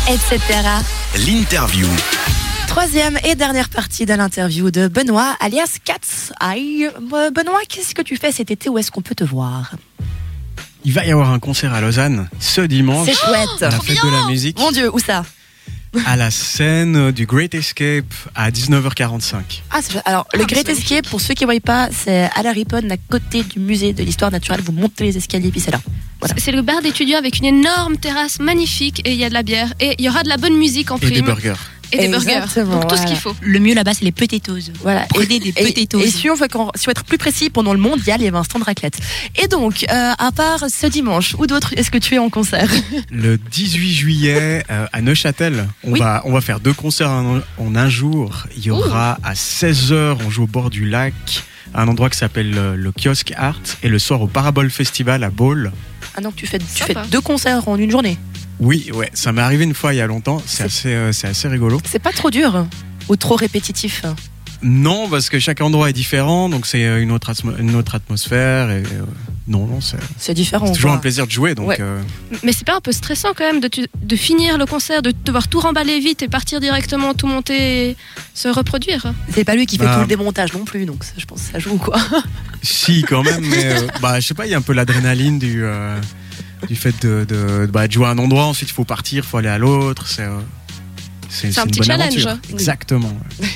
etc. L'interview. Troisième et dernière partie de l'interview de Benoît, alias Cat's Eye. Benoît, qu'est-ce que tu fais cet été? Où est-ce qu'on peut te voir? Il va y avoir un concert à Lausanne ce dimanche. C'est chouette. La fête de la musique. Mon Dieu, où ça? À la scène du Great Escape à 19h45. Ah, alors, le Great Escape, pour ceux qui ne voient pas, c'est à la Riponne, à côté du musée de l'histoire naturelle. Vous montez les escaliers, puis c'est là. Voilà. C'est le bar d'étudiants avec une énorme terrasse magnifique et il y a de la bière. Et il y aura de la bonne musique en prime. Et des burgers. Et des burgers. Donc tout ce qu'il faut. Le mieux là-bas, c'est les potatoes. Voilà. Prenez des potatoes. Et si on veut être plus précis, pendant le mondial, il y avait un stand raclette. Et donc, à part ce dimanche, où d'autres est-ce que tu es en concert? Le 18 juillet à Neuchâtel, on va faire 2 concerts en un jour. Il y aura à 16h, on joue au bord du lac, à un endroit qui s'appelle le Kiosque Art, et le soir au Parabole Festival à Bâle. Ah non, tu fais 2 concerts en une journée? Oui, ouais, ça m'est arrivé une fois il y a longtemps, c'est assez rigolo. C'est pas trop dur ou trop répétitif? Non, parce que chaque endroit est différent, donc c'est une autre atmosphère. Et, non, c'est différent. C'est toujours un plaisir de jouer. Donc, ouais. Mais c'est pas un peu stressant quand même de finir le concert, de devoir tout remballer vite et partir directement, tout monter, et se reproduire? C'est pas lui qui fait tout le démontage non plus, donc je pense que ça joue quoi. Si, quand même, mais je sais pas, il y a un peu l'adrénaline du fait de jouer à un endroit, ensuite il faut partir, il faut aller à l'autre. C'est un petit challenge. Aventure. Exactement.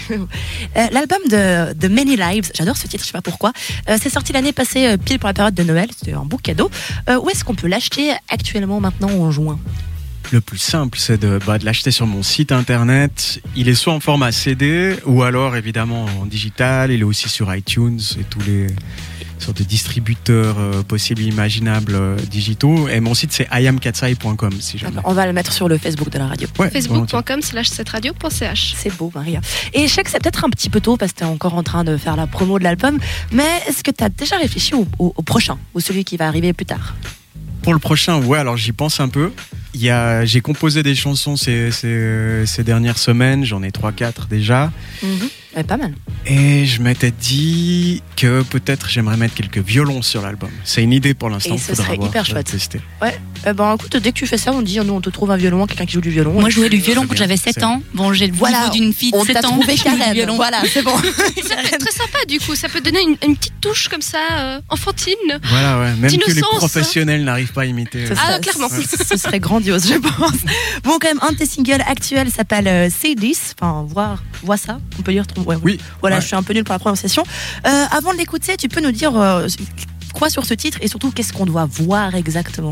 L'album de Many Lives, j'adore ce titre, je sais pas pourquoi. C'est sorti l'année passée, pile pour la période de Noël. C'était un beau cadeau. Où est-ce qu'on peut l'acheter actuellement, maintenant, en juin? Le plus simple, c'est de l'acheter sur mon site internet. Il est soit en format CD ou alors évidemment en digital. Il est aussi sur iTunes et tous les sortes de distributeurs possibles et imaginables digitaux. Et mon site, c'est iamcatseye.com si jamais. On va le mettre sur le Facebook de la radio. Ouais, facebook.com/cetteradio.ch. C'est beau, Maria. Et je sais que c'est peut-être un petit peu tôt parce que tu es encore en train de faire la promo de l'album, mais est-ce que tu as déjà réfléchi au prochain, ou celui qui va arriver plus tard? Pour le prochain, ouais, alors j'y pense un peu. J'ai composé des chansons ces dernières semaines, j'en ai 3-4 déjà. Pas mal. Et je m'étais dit que peut-être j'aimerais mettre quelques violons sur l'album. C'est une idée pour l'instant. Et ce serait hyper chouette. Tester. Ouais. Écoute, dès que tu fais ça, on dit on te trouve un violon, quelqu'un qui joue du violon. Moi, je jouais du violon quand j'avais 7 ans. Bon, j'ai le niveau d'une fille de 7 ans. On t'a trouvé Karen. Voilà, c'est bon. Ça peut être très sympa du coup. Ça peut donner une petite touche comme ça, enfantine. Voilà, ouais. Même que les D'innocence. professionnels n'arrivent pas à imiter. Clairement. Ce serait grandiose, je pense. Bon, quand même, un de tes singles actuels s'appelle Say This. Enfin, vois ça. On peut dire. Ouais, oui. Voilà, ouais. Je suis un peu nulle pour la prononciation. Avant de l'écouter, tu peux nous dire quoi sur ce titre et surtout qu'est-ce qu'on doit voir exactement?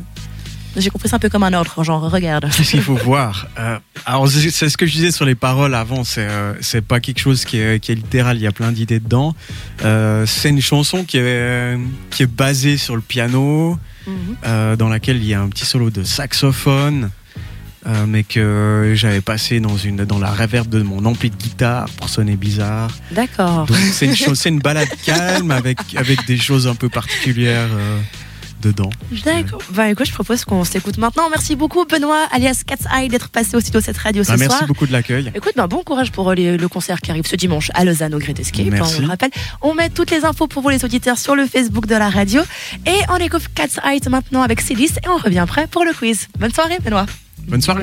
J'ai compris ça un peu comme un ordre, genre regarde. Qu'est-ce qu'il faut voir? Alors c'est ce que je disais sur les paroles avant, c'est pas quelque chose qui est littéral, il y a plein d'idées dedans. C'est une chanson qui est basée sur le piano, dans laquelle il y a un petit solo de saxophone. Mais que j'avais passé dans la reverb de mon ampli de guitare pour sonner bizarre. D'accord. Donc c'est une balade calme avec des choses un peu particulières dedans. D'accord. Écoute, je propose qu'on s'écoute maintenant. Merci beaucoup Benoît, alias Cat's Eye, d'être passé au studio de cette radio ce soir. Merci beaucoup de l'accueil. Écoute, bon courage pour le concert qui arrive ce dimanche à Lausanne au Great Escape. Merci. On le rappelle. On met toutes les infos pour vous les auditeurs sur le Facebook de la radio. Et on écoute Cat's Eye maintenant avec Célis et on revient après pour le quiz. Bonne soirée Benoît. Bonne soirée.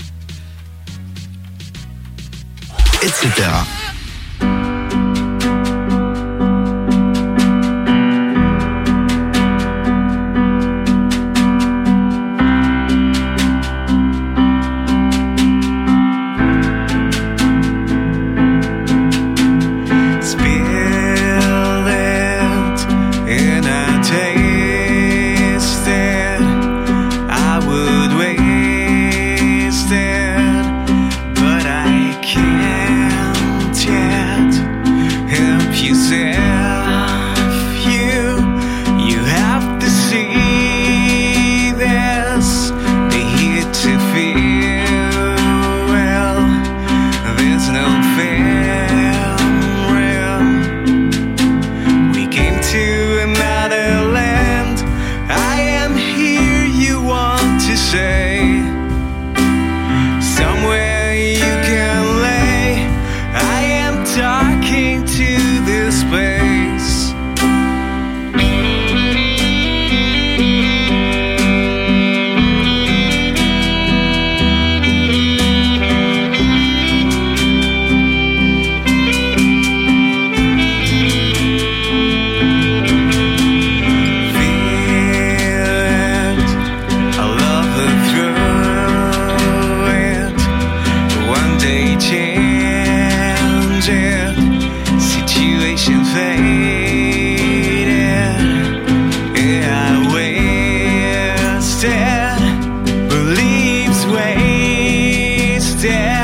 Etc. But I can't t'aime.